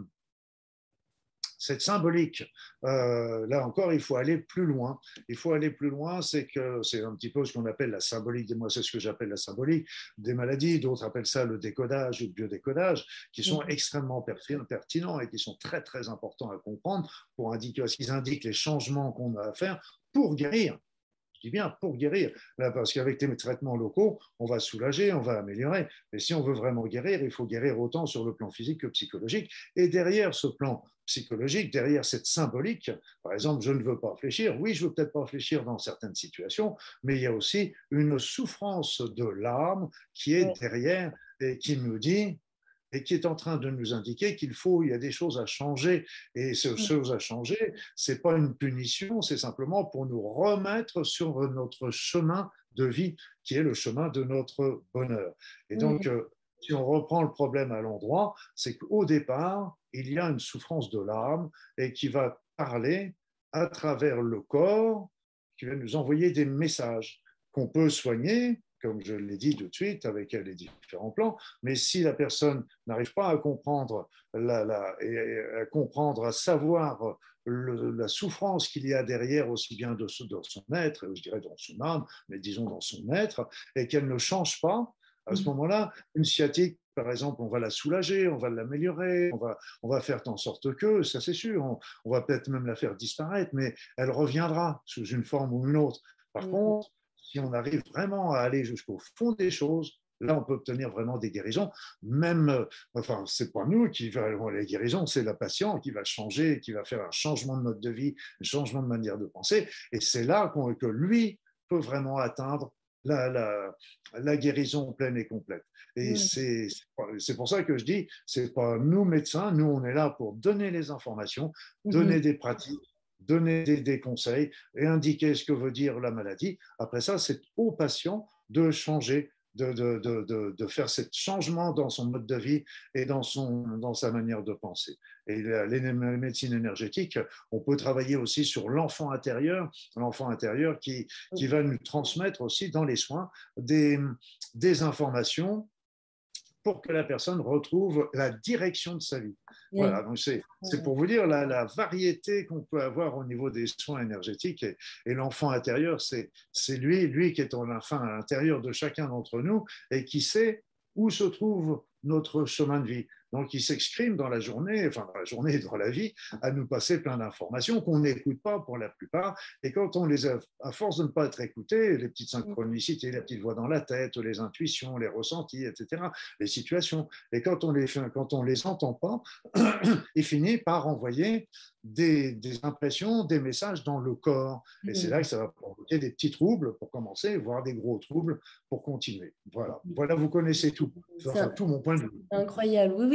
cette symbolique, là encore, il faut aller plus loin. Il faut aller plus loin, c'est un petit peu ce qu'on appelle la symbolique. Moi, c'est ce que j'appelle la symbolique des maladies. D'autres appellent ça le décodage ou le biodécodage, qui sont extrêmement pertinents et qui sont très, très importants à comprendre parce qu'ils indiquent les changements qu'on a à faire pour guérir. Je dis bien pour guérir, là, parce qu'avec les traitements locaux, on va soulager, on va améliorer. Mais si on veut vraiment guérir, il faut guérir autant sur le plan physique que psychologique. Et derrière ce plan psychologique, derrière cette symbolique, par exemple, je ne veux pas fléchir. Oui, je ne veux peut-être pas fléchir dans certaines situations, mais il y a aussi une souffrance de l'âme qui est derrière et qui nous dit et qui est en train de nous indiquer il y a des choses à changer. Et ces choses à changer, ce n'est pas une punition, c'est simplement pour nous remettre sur notre chemin de vie, qui est le chemin de notre bonheur. Et donc, si on reprend le problème à l'endroit, c'est qu'au départ, il y a une souffrance de l'âme et qui va parler à travers le corps, qui va nous envoyer des messages qu'on peut soigner, comme je l'ai dit tout de suite, avec les différents plans. Mais si la personne n'arrive pas à comprendre, à savoir la souffrance qu'il y a derrière, aussi bien dans son être, je dirais dans son âme, mais disons dans son être, et qu'elle ne change pas, à ce moment-là, une sciatique, par exemple, on va la soulager, on va l'améliorer, on va faire en sorte que, ça c'est sûr, on va peut-être même la faire disparaître, mais elle reviendra sous une forme ou une autre. Par contre, si on arrive vraiment à aller jusqu'au fond des choses, là, on peut obtenir vraiment des guérisons. Même, enfin, c'est pas nous qui faisons les guérisons, c'est le patient qui va changer, qui va faire un changement de mode de vie, un changement de manière de penser. Et c'est là que lui peut vraiment atteindre la guérison pleine et complète. Et c'est pour ça que je dis, c'est pas nous médecins, nous on est là pour donner les informations, donner des pratiques, donner des conseils et indiquer ce que veut dire la maladie. Après ça, c'est au patient de changer, de faire ce changement dans son mode de vie et dans sa manière de penser. Et les médecines énergétiques, on peut travailler aussi sur l'enfant intérieur qui va nous transmettre aussi dans les soins des informations pour que la personne retrouve la direction de sa vie. Voilà, donc c'est pour vous dire la variété qu'on peut avoir au niveau des soins énergétiques. Et l'enfant intérieur, c'est lui qui est l'enfant à l'intérieur de chacun d'entre nous et qui sait où se trouve notre chemin de vie. Donc, il s'exprime dans la journée, et dans la vie, à nous passer plein d'informations qu'on n'écoute pas pour la plupart. Et quand on les a, à force de ne pas être écoutés, les petites synchronicités, les petites voix dans la tête, les intuitions, les ressentis, etc., les situations, et quand on les entend pas, il finit par envoyer des impressions, des messages dans le corps. Et c'est là que ça va provoquer des petits troubles pour commencer, voire des gros troubles pour continuer. Voilà, vous connaissez tout. Enfin, tout mon point de vue. Incroyable. Oui,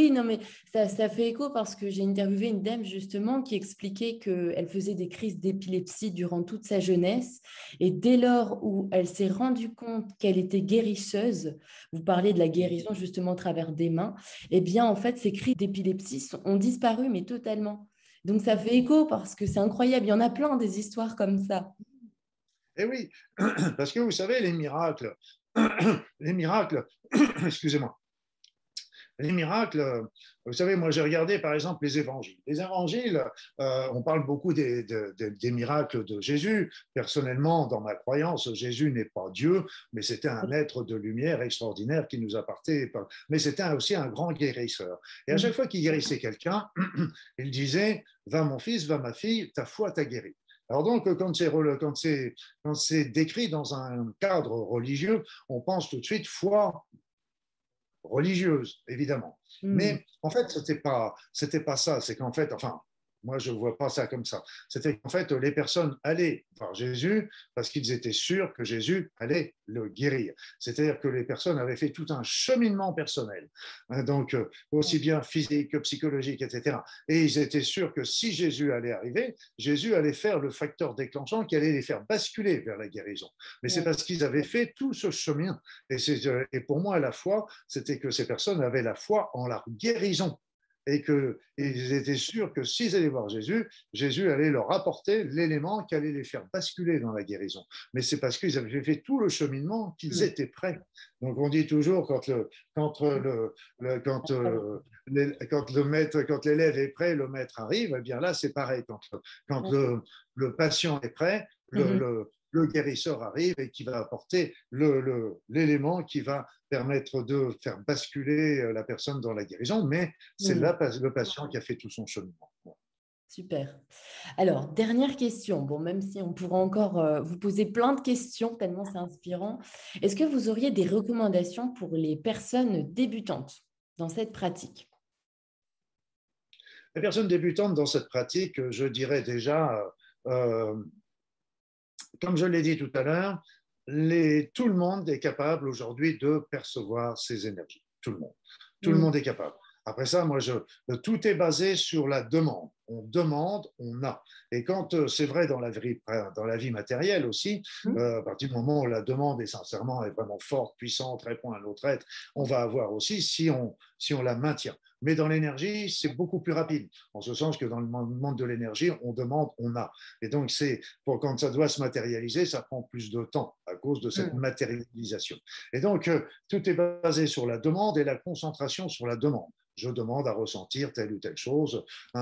Oui, non, mais ça fait écho parce que j'ai interviewé une dame justement qui expliquait qu'elle faisait des crises d'épilepsie durant toute sa jeunesse et dès lors où elle s'est rendue compte qu'elle était guérisseuse, vous parlez de la guérison justement au travers des mains, eh bien en fait ces crises d'épilepsie ont disparu mais totalement. Donc ça fait écho parce que c'est incroyable, il y en a plein des histoires comme ça. Et oui, parce que vous savez, les miracles, excusez-moi, les miracles, vous savez, moi j'ai regardé par exemple les évangiles. Les évangiles, on parle beaucoup des miracles de Jésus. Personnellement, dans ma croyance, Jésus n'est pas Dieu, mais c'était un être de lumière extraordinaire qui nous appartait. Mais c'était aussi un grand guérisseur. Et à chaque fois qu'il guérissait quelqu'un, il disait, va mon fils, va ma fille, ta foi t'a guéri. Alors donc, quand c'est décrit dans un cadre religieux, on pense tout de suite foi, religieuse, évidemment. Mm. Mais en fait, c'était pas ça. C'est qu'en fait, enfin, moi, je ne vois pas ça comme ça. C'était qu'en fait, les personnes allaient voir Jésus parce qu'ils étaient sûrs que Jésus allait le guérir. C'est-à-dire que les personnes avaient fait tout un cheminement personnel, hein, donc aussi bien physique que psychologique, etc. Et ils étaient sûrs que si Jésus allait arriver, Jésus allait faire le facteur déclenchant qui allait les faire basculer vers la guérison. Mais c'est parce qu'ils avaient fait tout ce chemin. Et pour moi, la foi, c'était que ces personnes avaient la foi en la guérison et qu'ils étaient sûrs que s'ils allaient voir Jésus, Jésus allait leur apporter l'élément qui allait les faire basculer dans la guérison. Mais c'est parce qu'ils avaient fait tout le cheminement qu'ils étaient prêts. Donc on dit toujours quand l'élève est prêt, le maître arrive. Eh bien là, c'est pareil. Quand le patient est prêt, le guérisseur arrive et qui va apporter l'élément qui va permettre de faire basculer la personne dans la guérison, mais c'est le patient qui a fait tout son cheminement. Super. Alors, dernière question. Bon, même si on pourra encore vous poser plein de questions, tellement c'est inspirant. Est-ce que vous auriez des recommandations pour les personnes débutantes dans cette pratique? Les personnes débutantes dans cette pratique, je dirais déjà, euh, comme je l'ai dit tout à l'heure, tout le monde est capable aujourd'hui de percevoir ces énergies. Tout le monde. Tout le monde est capable. Après ça, tout est basé sur la demande. On demande, on a. Et quand c'est vrai dans la vie matérielle aussi, à partir du moment où la demande est sincèrement est vraiment forte, puissante, répond à notre être, on va avoir aussi si on la maintient. Mais dans l'énergie, c'est beaucoup plus rapide, en ce sens que dans le monde de l'énergie, on demande, on a. Et donc, quand ça doit se matérialiser, ça prend plus de temps à cause de cette matérialisation. Et donc, tout est basé sur la demande et la concentration sur la demande. Je demande à ressentir telle ou telle chose,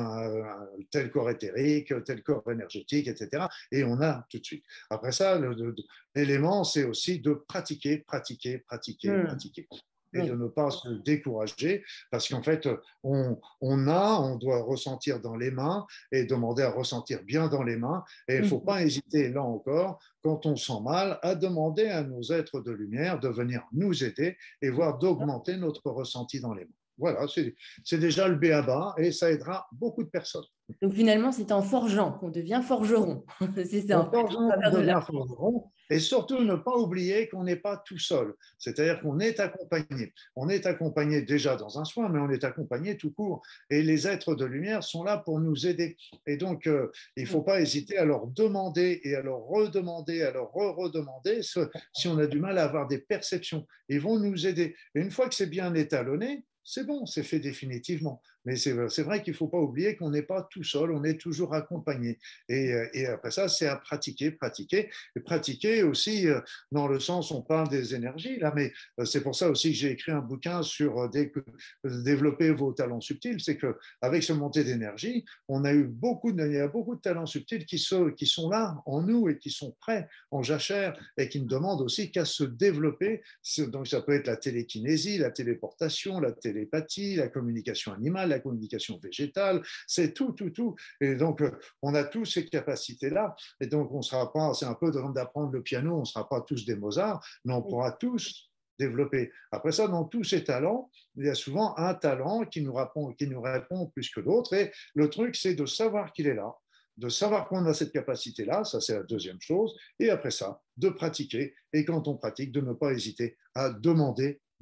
tel corps éthérique, tel corps énergétique, etc. Et on a tout de suite. Après ça, l'élément, c'est aussi de pratiquer, pratiquer, pratiquer, pratiquer. Et de ne pas se décourager, parce qu'en fait, on doit ressentir dans les mains et demander à ressentir bien dans les mains. Et il ne faut pas hésiter, là encore, quand on sent mal, à demander à nos êtres de lumière de venir nous aider et voire d'augmenter notre ressenti dans les mains. Voilà, c'est déjà le b.a.-ba et ça aidera beaucoup de personnes. Donc finalement, c'est en forgeant qu'on devient forgeron. C'est ça, en fait, On devient forgeron et surtout ne pas oublier qu'on n'est pas tout seul. C'est-à-dire qu'on est accompagné. On est accompagné déjà dans un soin, mais on est accompagné tout court. Et les êtres de lumière sont là pour nous aider. Et donc, il ne faut pas hésiter à leur demander et à leur redemander, à leur redemander si on a du mal à avoir des perceptions. Ils vont nous aider. Et une fois que c'est bien étalonné, c'est bon, c'est fait définitivement. Mais c'est vrai qu'il ne faut pas oublier qu'on n'est pas tout seul, on est toujours accompagné. Et après ça, c'est à pratiquer, pratiquer. Et pratiquer aussi dans le sens, on parle des énergies, là, mais c'est pour ça aussi que j'ai écrit un bouquin sur développer vos talents subtils. C'est qu'avec ce montée d'énergie, il y a beaucoup de talents subtils qui sont là en nous et qui sont prêts en jachère et qui ne demandent aussi qu'à se développer. Donc ça peut être la télékinésie, la téléportation, la télépathie, la communication animale, la communication végétale, c'est tout. Et donc, on a tous ces capacités-là. Et donc, on ne sera pas, c'est un peu d'apprendre le piano, on ne sera pas tous des Mozart, mais on pourra tous développer. Après ça, dans tous ces talents, il y a souvent un talent qui nous répond plus que d'autres. Et le truc, c'est de savoir qu'il est là, de savoir qu'on a cette capacité-là, ça c'est la deuxième chose. Et après ça, de pratiquer. Et quand on pratique, de ne pas hésiter à demander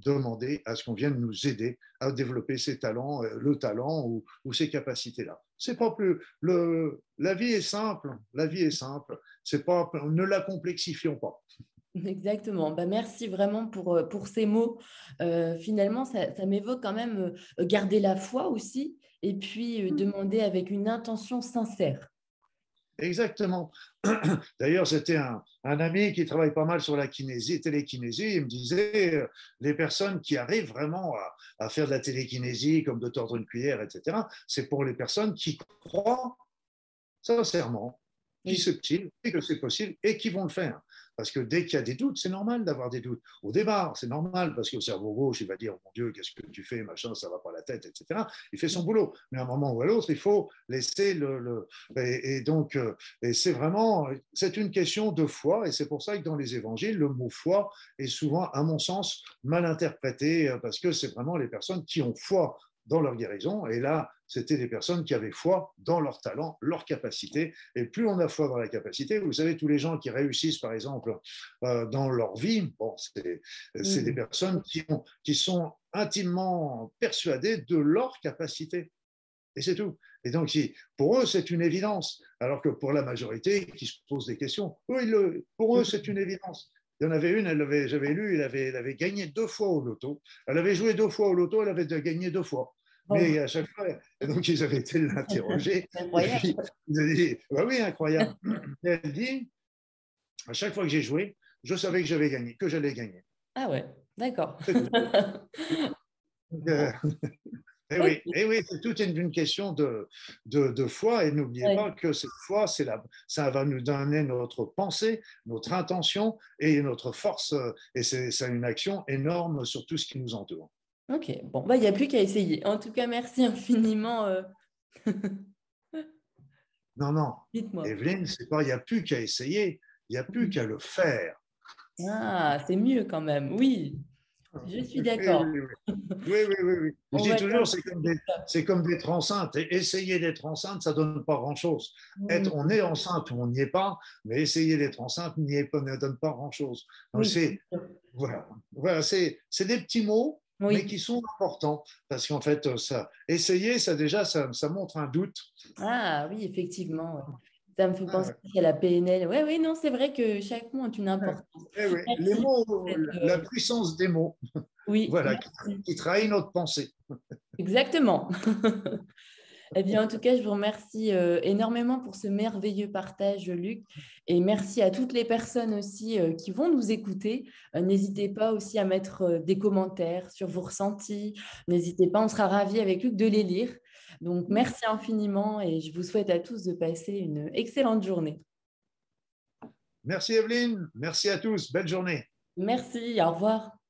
demander à ce qu'on vienne nous aider à développer ses talents, le talent ou ces capacités-là. C'est pas plus. La vie est simple. La vie est simple. C'est pas, ne la complexifions pas. Exactement. Bah, merci vraiment pour ces mots. Finalement, ça m'évoque quand même garder la foi aussi et puis demander avec une intention sincère. Exactement. D'ailleurs, c'était un ami qui travaille pas mal sur la télékinésie. Il me disait, les personnes qui arrivent vraiment à faire de la télékinésie, comme de tordre une cuillère, etc., c'est pour les personnes qui croient sincèrement, qui Oui. se tilent et que c'est possible et qui vont le faire. Parce que dès qu'il y a des doutes, c'est normal d'avoir des doutes. Au départ, c'est normal parce que le cerveau gauche, il va dire, oh mon Dieu, qu'est-ce que tu fais, machin, ça va pas la tête, etc. Il fait son boulot. Mais à un moment ou à l'autre, il faut laisser et donc, et c'est vraiment, c'est une question de foi. Et c'est pour ça que dans les évangiles, le mot foi est souvent, à mon sens, mal interprété parce que c'est vraiment les personnes qui ont foi dans leur guérison. Et là, c'était des personnes qui avaient foi dans leur talent, leur capacité. Et plus on a foi dans la capacité, vous savez, tous les gens qui réussissent, par exemple, dans leur vie, bon, c'est des personnes qui sont intimement persuadées de leur capacité. Et c'est tout. Et donc, pour eux, c'est une évidence. Alors que pour la majorité qui se pose des questions, pour eux, c'est une évidence. Il y en avait une, j'avais lu, elle avait gagné 2 fois au loto. Elle avait joué 2 fois au loto, elle avait gagné 2 fois. Oh, Mais à chaque fois, et donc ils avaient été l'interroger. Et puis, incroyable. ils avaient dit, bah oui, incroyable. Et elle dit, à chaque fois que j'ai joué, je savais que j'avais gagné, que j'allais gagner. Ah ouais, d'accord. C'est tout. Donc, Bon, ok. et oui, c'est toute une question de foi. Et n'oubliez Ouais. pas que cette foi, ça va nous donner notre pensée, notre intention et notre force. Et c'est une action énorme sur tout ce qui nous entoure. Ok, bon, bah, il n'y a plus qu'à essayer. En tout cas, merci infiniment. Non, non, Dites-moi. Evelyne, c'est pas, il n'y a plus qu'à essayer, il n'y a plus qu'à le faire. Ah, c'est mieux quand même. Oui, je suis Oui, oui, d'accord. oui. Oui, oui, oui, oui. Je On dis va toujours, dire ça. c'est comme d'être enceinte. Et essayer d'être enceinte, ça donne pas grand-chose. Hmm, On est enceinte ou on n'y est pas, mais essayer d'être enceinte ne donne pas grand-chose. Donc oui, voilà, c'est des petits mots, mais oui. qui sont importants parce qu'en fait, essayer, ça déjà, ça montre un doute. Ah oui, effectivement. Ouais. Ça me fait Ah, penser ouais. à la PNL. Oui, oui, non, c'est vrai que chaque mot a une Ouais. importance. Eh oui, les Merci mots, pour cette, la puissance des mots, oui, voilà, merci. qui trahit notre pensée. Exactement. Eh bien, en tout cas, je vous remercie énormément pour ce merveilleux partage, Luc. Et merci à toutes les personnes aussi qui vont nous écouter. N'hésitez pas aussi à mettre des commentaires sur vos ressentis. N'hésitez pas, on sera ravis avec Luc de les lire. Donc, merci infiniment et je vous souhaite à tous de passer une excellente journée. Merci Evelyne, merci à tous, belle journée. Merci, au revoir.